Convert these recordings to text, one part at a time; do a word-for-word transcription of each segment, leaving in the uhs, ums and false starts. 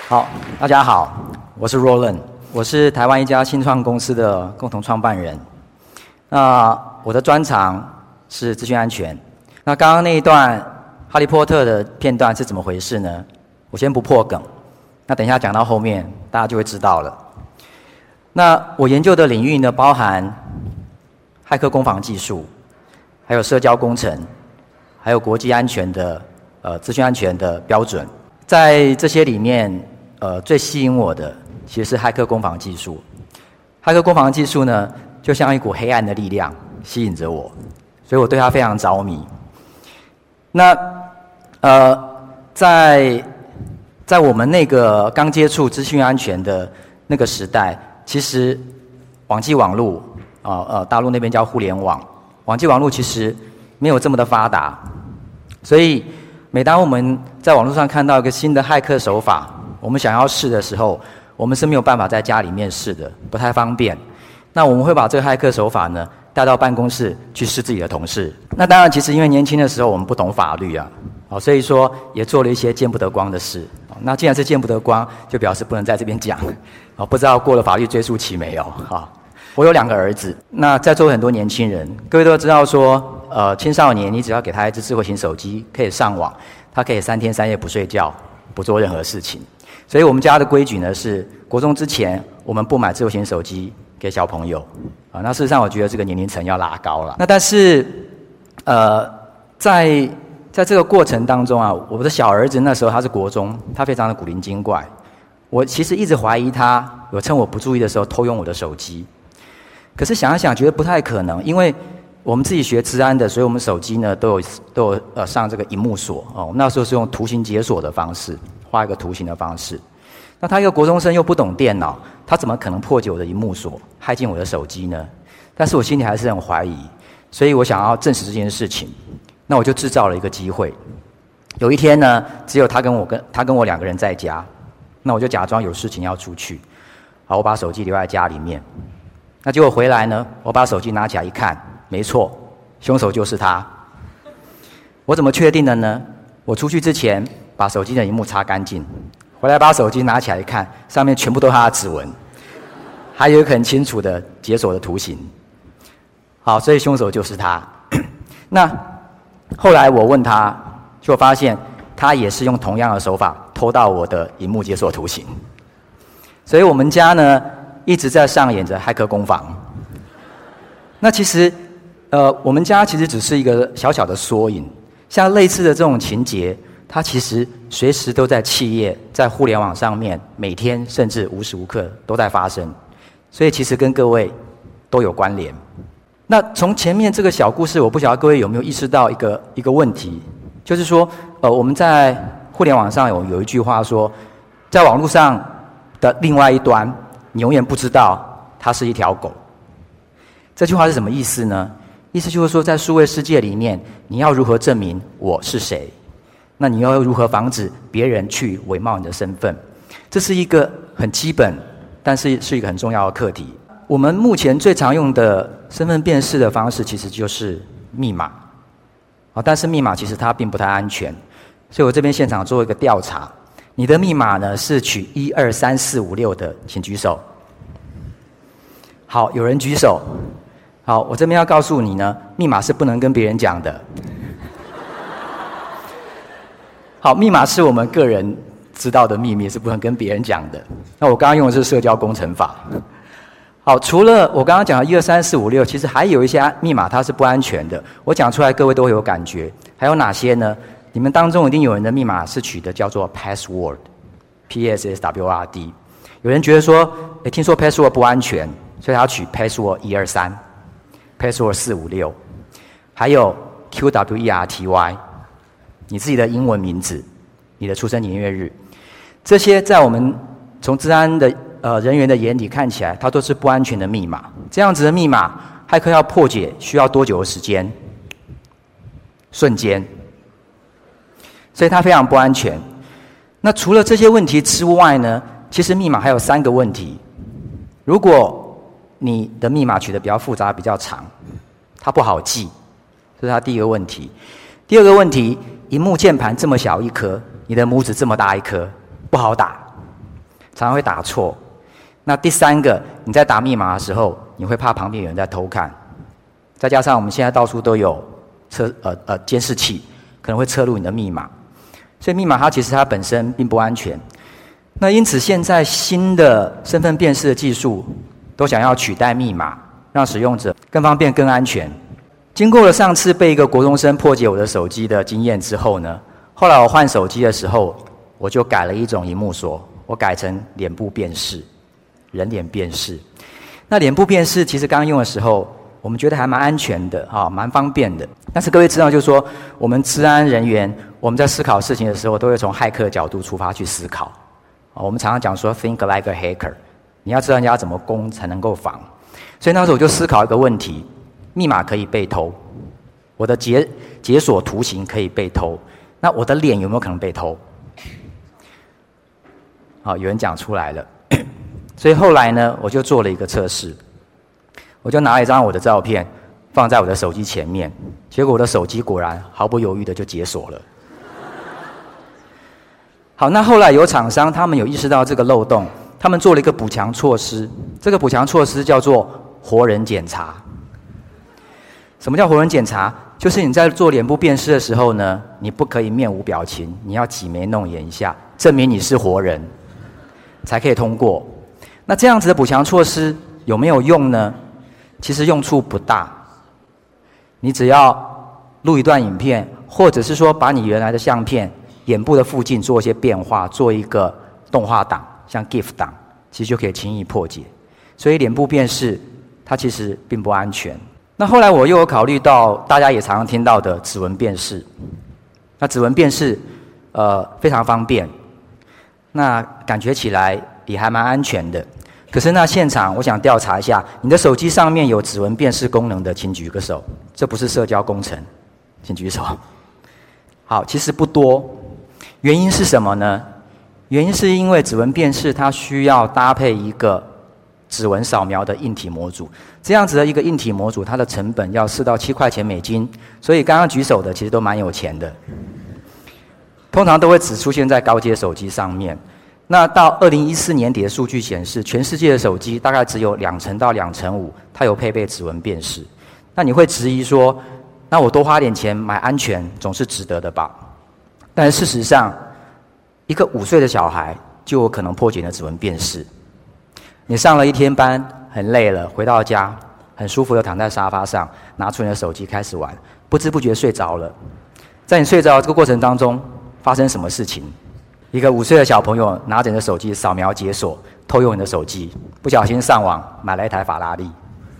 好，大家好，我是 Roland， 我是台湾一家新创公司的共同创办人。那我的专长是资讯安全。那刚刚那一段哈利波特的片段是怎么回事呢？我先不破梗，那等一下讲到后面，大家就会知道了。那我研究的领域呢，包含骇客攻防技术，还有社交工程，还有国际安全的呃资讯安全的标准。在这些里面，呃，最吸引我的其实是骇客攻防技术。骇客攻防技术呢，就像一股黑暗的力量吸引着我，所以我对它非常着迷。那呃，在在我们那个刚接触资讯安全的那个时代，其实网际网络啊呃大陆那边叫互联网，网际网络其实没有这么的发达，所以每当我们在网络上看到一个新的骇客手法，我们想要试的时候，我们是没有办法在家里面试的，不太方便。那我们会把这个骇客手法呢带到办公室去试自己的同事。那当然，其实因为年轻的时候我们不懂法律啊，哦，所以说也做了一些见不得光的事。那既然是见不得光，就表示不能在这边讲。哦，不知道过了法律追诉期没有？哈，我有两个儿子，那在座很多年轻人，各位都知道说。呃，青少年，你只要给他一只智慧型手机，可以上网，他可以三天三夜不睡觉，不做任何事情。所以我们家的规矩呢是，国中之前我们不买智慧型手机给小朋友。啊，那事实上我觉得这个年龄层要拉高了。那但是，呃，在在这个过程当中啊，我的小儿子那时候他是国中，他非常的古灵精怪。我其实一直怀疑他有趁我不注意的时候偷用我的手机，可是想一想觉得不太可能，因为我们自己学资安的，所以我们手机呢都有都有呃上这个萤幕锁哦。那时候是用图形解锁的方式，画一个图形的方式。那他一个国中生又不懂电脑，他怎么可能破解我的萤幕锁，骇进我的手机呢？但是我心里还是很怀疑，所以我想要证实这件事情。那我就制造了一个机会。有一天呢，只有他跟我跟他跟我两个人在家，那我就假装有事情要出去，好，我把手机留在家里面。那结果回来呢，我把手机拿起来一看。没错，凶手就是他。我怎么确定的呢？我出去之前把手机的萤幕擦干净，回来把手机拿起来一看，上面全部都是他的指纹，还有一个很清楚的解锁的图形。好，所以凶手就是他。那后来我问他，就发现他也是用同样的手法偷到我的萤幕解锁图形。所以我们家呢一直在上演着骇客攻防。那其实。呃，我们家其实只是一个小小的缩影，像类似的这种情节，它其实随时都在企业、在互联网上面，每天甚至无时无刻都在发生，所以其实跟各位都有关联。那从前面这个小故事，我不晓得各位有没有意识到一个一个问题，就是说，呃，我们在互联网上有有一句话说，在网络上的另外一端，你永远不知道它是一条狗。这句话是什么意思呢？意思就是说，在数位世界里面，你要如何证明我是谁？那你要如何防止别人去伪冒你的身份？这是一个很基本，但是是一个很重要的课题。我们目前最常用的身份辨识的方式，其实就是密码。啊，但是密码其实它并不太安全，所以我这边现场做一个调查：你的密码呢是取一二三四五六的，请举手。好，有人举手。好，我这边要告诉你呢，密码是不能跟别人讲的。好，密码是我们个人知道的秘密，是不能跟别人讲的。那我刚刚用的是社交工程法。好，除了我刚刚讲的一二三四五六，其实还有一些密码它是不安全的。我讲出来，各位都会有感觉。还有哪些呢？你们当中一定有人的密码是取的叫做 password，P S S W O R D。有人觉得说，诶，听说 password 不安全，所以他要取 password 一二三。password 四五六，还有 Q W E R T Y， 你自己的英文名字，你的出生年月日，这些在我们从资安的呃人员的眼里看起来，它都是不安全的密码。这样子的密码，骇客要破解需要多久的时间？瞬间，所以它非常不安全。那除了这些问题之外呢，其实密码还有三个问题。如果你的密码取得比较复杂、比较长，它不好记，这是它第一个问题。第二个问题，萤幕键盘这么小一颗，你的拇指这么大一颗，不好打， 常常会打错。那第三个，你在打密码的时候，你会怕旁边有人在偷看，再加上我们现在到处都有测呃呃监视器，可能会测录你的密码，所以密码它其实它本身并不安全。那因此，现在新的身份辨识的技术都想要取代密码，让使用者更方便、更安全。经过了上次被一个国中生破解我的手机的经验之后呢，后来我换手机的时候，我就改了一种萤幕锁，我改成脸部辨识、人脸辨识。那脸部辨识其实刚用的时候，我们觉得还蛮安全的，哈，蛮方便的。但是各位知道，就是说我们治安人员，我们在思考事情的时候，都会从骇客的角度出发去思考。我们常常讲说 think like a hacker， 你要知道人家怎么攻才能够防。所以那时候我就思考一个问题：密码可以被偷，我的解解锁图形可以被偷，那我的脸有没有可能被偷？好，有人讲出来了。所以后来呢，我就做了一个测试，我就拿了一张我的照片放在我的手机前面，结果我的手机果然毫不犹豫的就解锁了。好，那后来有厂商他们有意识到这个漏洞，他们做了一个补强措施，这个补强措施叫做活人检查。什么叫活人检查？就是你在做脸部辨识的时候呢，你不可以面无表情，你要挤眉弄眼一下，证明你是活人，才可以通过。那这样子的补强措施有没有用呢？其实用处不大。你只要录一段影片，或者是说把你原来的相片眼部的附近做一些变化，做一个动画档，像 GIF 档，其实就可以轻易破解。所以脸部辨识它其实并不安全。那后来我又有考虑到大家也常常听到的指纹辨识。那指纹辨识呃非常方便，那感觉起来也还蛮安全的。可是那现场我想调查一下，你的手机上面有指纹辨识功能的请举个手，这不是社交工程，请举手。好，其实不多。原因是什么呢？原因是因为指纹辨识它需要搭配一个指纹扫描的硬体模组，这样子的一个硬体模组，它的成本要四到七块钱美金，所以刚刚举手的其实都蛮有钱的。通常都会只出现在高阶手机上面。那到二零一四年底的数据显示，全世界的手机大概只有两成到两成五，它有配备指纹辨识。那你会质疑说，那我多花点钱买安全，总是值得的吧？但是事实上，一个五岁的小孩就有可能破解你的指纹辨识。你上了一天班，很累了，回到家，很舒服的躺在沙发上，拿出你的手机开始玩，不知不觉睡着了。在你睡着的这个过程当中，发生什么事情？一个五岁的小朋友拿着你的手机扫描解锁，偷用你的手机，不小心上网买了一台法拉利。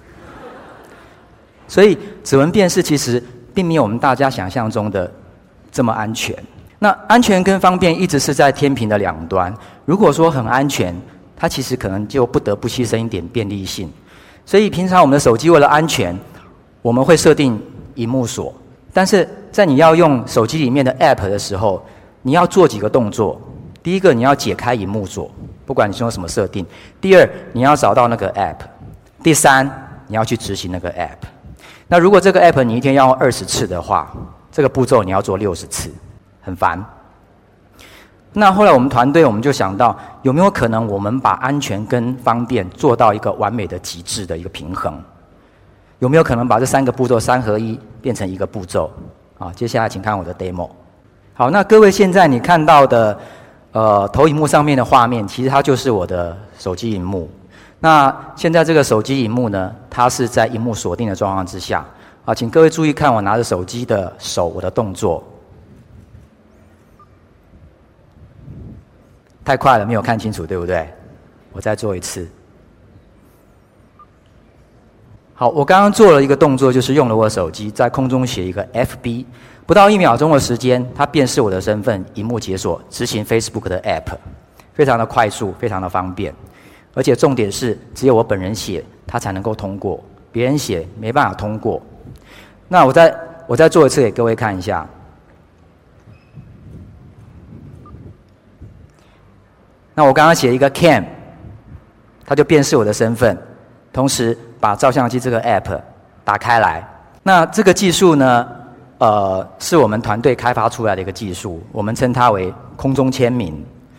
所以指纹辨识其实并没有我们大家想象中的这么安全。那安全跟方便一直是在天平的两端。如果说很安全，它其实可能就不得不牺牲一点便利性。所以平常我们的手机为了安全，我们会设定萤幕锁，但是在你要用手机里面的 App 的时候，你要做几个动作。第一个，你要解开萤幕锁，不管你是用什么设定。第二，你要找到那个 App。第三，你要去执行那个 App。那如果这个 App 你一天要用二十次的话，这个步骤你要做六十次，很烦。那后来我们团队我们就想到，有没有可能我们把安全跟方便做到一个完美的极致的一个平衡？有没有可能把这三个步骤三合一变成一个步骤？好，接下来请看我的 demo。好，那各位现在你看到的呃投影幕上面的画面，其实它就是我的手机萤幕。那现在这个手机萤幕呢，它是在萤幕锁定的状况之下。啊，请各位注意看我拿着手机的手，我的动作。太快了，没有看清楚，对不对？我再做一次。好，我刚刚做了一个动作，就是用了我的手机在空中写一个 F B， 不到一秒钟的时间，它辨识我的身份，萤幕解锁，执行 Facebook 的 App， 非常的快速，非常的方便。而且重点是，只有我本人写，它才能够通过，别人写没办法通过。那我再我再做一次给各位看一下。那我刚刚写一个 cam， 它就辨识我的身份，同时把照相机这个 app 打开来。那这个技术呢，呃，是我们团队开发出来的一个技术，我们称它为空中签名。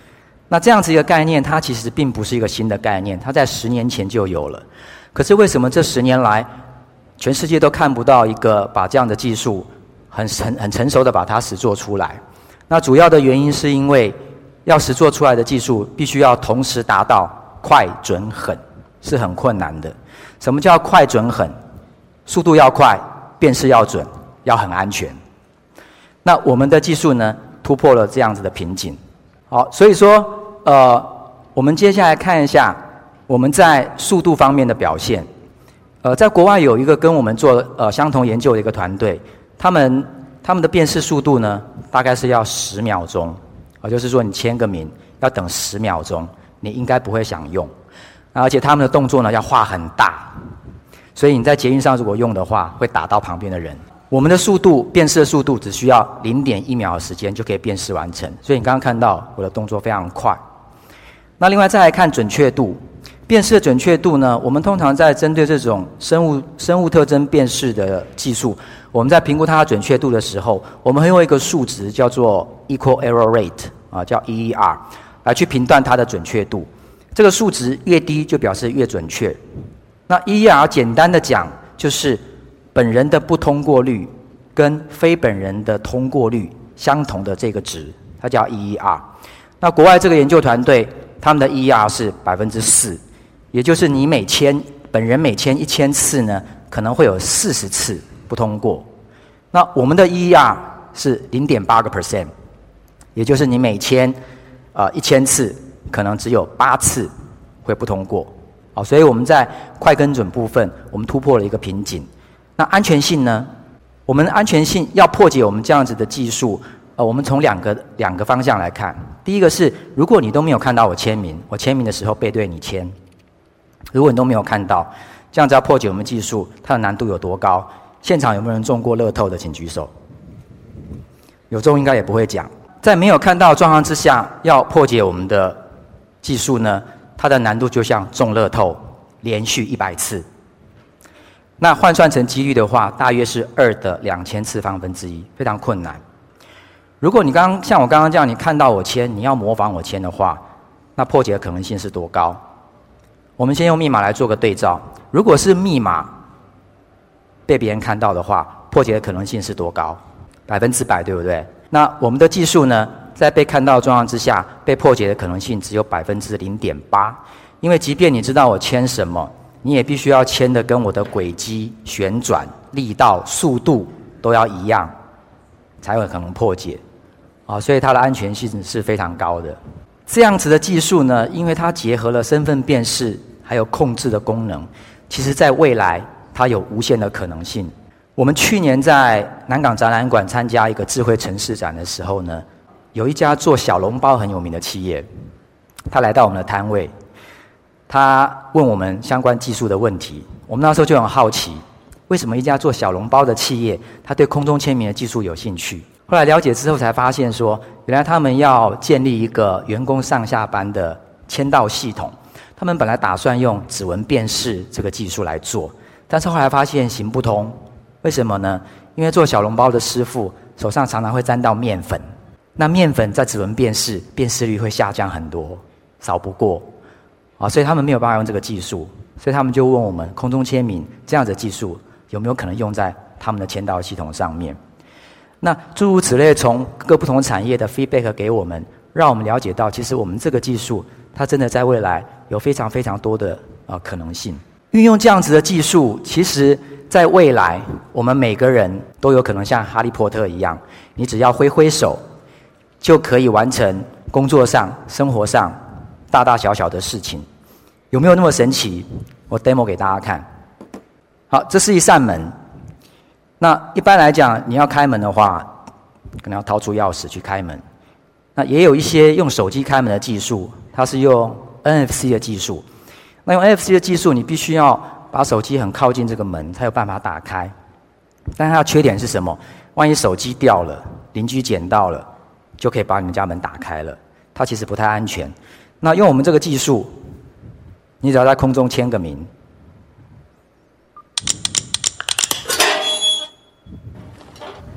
那这样子一个概念，它其实并不是一个新的概念，它在十年前就有了。可是为什么这十年来，全世界都看不到一个把这样的技术很很很成熟的把它实做出来？那主要的原因是因为要实做出来的技术，必须要同时达到快、准、狠，是很困难的。什么叫快、准、狠？速度要快，辨识要准，要很安全。那我们的技术呢，突破了这样子的瓶颈。好，所以说，呃，我们接下来看一下我们在速度方面的表现。呃，在国外有一个跟我们做呃相同研究的一个团队，他们他们的辨识速度呢，大概是要十秒钟，也就是说你签个名要等十秒钟，你应该不会想用。而且他们的动作呢要画很大，所以你在捷运上如果用的话，会打到旁边的人。我们的速度辨识的速度只需要零点一秒的时间就可以辨识完成，所以你刚刚看到我的动作非常快。那另外再来看准确度，辨识的准确度呢，我们通常在针对这种生物生物特征辨识的技术，我们在评估它的准确度的时候，我们会用一个数值叫做 Equal Error Rate 啊，叫 E E R 来去评断它的准确度。这个数值越低就表示越准确。那 E E R 简单的讲就是本人的不通过率跟非本人的通过率相同的这个值，它叫 E E R。那国外这个研究团队，他们的 E E R 是百分之四，也就是你每签本人每签一千次呢，可能会有四十次不通过。那我们的 E E R 是零点八个 percent， 也就是你每签呃一千次，可能只有八次会不通过。好，所以我们在快跟准部分，我们突破了一个瓶颈。那安全性呢？我们安全性要破解我们这样子的技术，呃，我们从两个两个方向来看。第一个是，如果你都没有看到我签名，我签名的时候背对你签，如果你都没有看到，这样子要破解我们技术，它的难度有多高？现场有没有人中过乐透的，请举手。有中应该也不会讲。在没有看到的状况之下，要破解我们的技术呢，它的难度就像中乐透，连续一百次。那换算成几率的话，大约是二的两千次方分之一，非常困难。如果你刚刚像我刚刚这样，你看到我签，你要模仿我签的话，那破解的可能性是多高？我们先用密码来做个对照。如果是密码被别人看到的话，破解的可能性是多高？百分之百，对不对？那我们的技术呢，在被看到的状况之下，被破解的可能性只有百分之零点八。因为即便你知道我签什么，你也必须要签的跟我的轨迹、旋转、力道、速度都要一样，才有可能破解。啊，所以它的安全性是非常高的。这样子的技术呢，因为它结合了身份辨识还有控制的功能，其实在未来它有无限的可能性。我们去年在南港展览馆参加一个智慧城市展的时候呢，有一家做小笼包很有名的企业，他来到我们的摊位，他问我们相关技术的问题。我们那时候就很好奇，为什么一家做小笼包的企业，他对空中签名的技术有兴趣？后来了解之后才发现说，原来他们要建立一个员工上下班的签到系统。他们本来打算用指纹辨识这个技术来做，但是后来发现行不通。为什么呢？因为做小笼包的师傅手上常常会沾到面粉，那面粉在指纹辨识辨识率会下降很多，扫不过啊，所以他们没有办法用这个技术，所以他们就问我们空中签名这样的技术有没有可能用在他们的签到系统上面。那诸如此类，从各不同产业的 feedback 给我们，让我们了解到，其实我们这个技术它真的在未来有非常非常多的呃可能性。运用这样子的技术，其实在未来我们每个人都有可能像哈利波特一样，你只要挥挥手就可以完成工作上生活上大大小小的事情。有没有那么神奇？我 demo 给大家看。好，这是一扇门。那一般来讲，你要开门的话，可能要掏出钥匙去开门。那也有一些用手机开门的技术，它是用 N F C 的技术。那用 N F C 的技术，你必须要把手机很靠近这个门，才有办法打开。但它的缺点是什么？万一手机掉了，邻居捡到了，就可以把你们家门打开了。它其实不太安全。那用我们这个技术，你只要在空中签个名，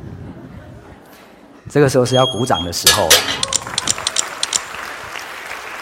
这个时候是要鼓掌的时候。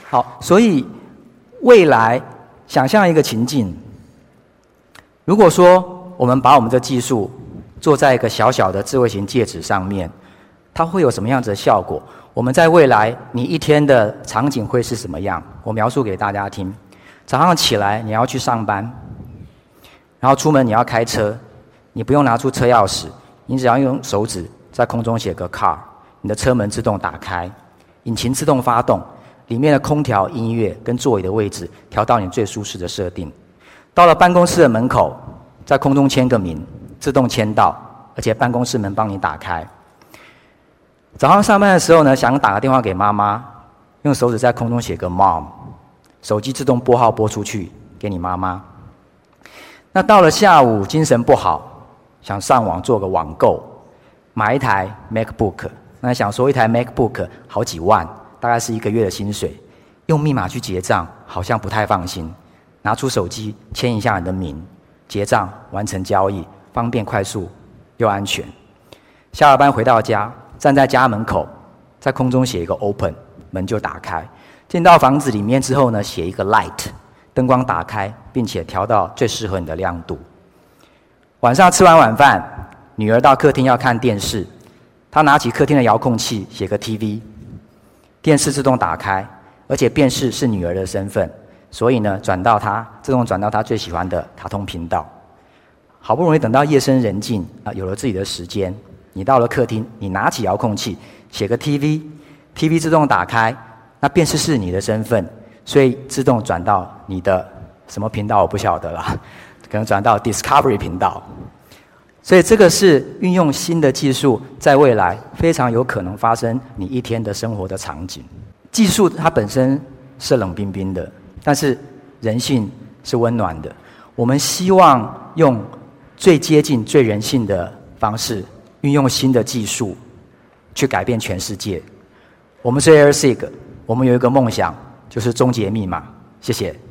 好，所以未来想象一个情境，如果说我们把我们的技术做在一个小小的智慧型戒指上面，它会有什么样子的效果？我们在未来你一天的场景会是什么样？我描述给大家听。早上起来你要去上班，然后出门你要开车，你不用拿出车钥匙，你只要用手指在空中写个 car， 你的车门自动打开，引擎自动发动，里面的空调、音乐跟座椅的位置调到你最舒适的设定。到了办公室的门口，在空中签个名，自动签到，而且办公室门帮你打开。早上上班的时候呢，想打个电话给妈妈，用手指在空中写个 mom， 手机自动拨号拨出去给你妈妈。那到了下午精神不好，想上网做个网购，买一台 MacBook， 那想说一台 MacBook 好几万，大概是一个月的薪水，用密码去结账好像不太放心，拿出手机签一下你的名，结账完成交易，方便快速又安全。下了班回到家，站在家门口，在空中写一个 open， 门就打开。进到房子里面之后呢，写一个 light， 灯光打开，并且调到最适合你的亮度。晚上吃完晚饭，女儿到客厅要看电视，她拿起客厅的遥控器写个 T V， 电视自动打开，而且辨识是女儿的身份，所以呢转到她自动转到她最喜欢的卡通频道。好不容易等到夜深人静啊，有了自己的时间，你到了客厅，你拿起遥控器写个 T V，T V 自动打开，那辨识是你的身份，所以自动转到你的什么频道我不晓得啦，可能转到 Discovery 频道。所以这个是运用新的技术，在未来非常有可能发生你一天的生活的场景。技术它本身是冷冰冰的，但是人性是温暖的。我们希望用最接近最人性的方式，运用新的技术去改变全世界。我们是 AirSig， 我们有一个梦想，就是终结密码。谢谢。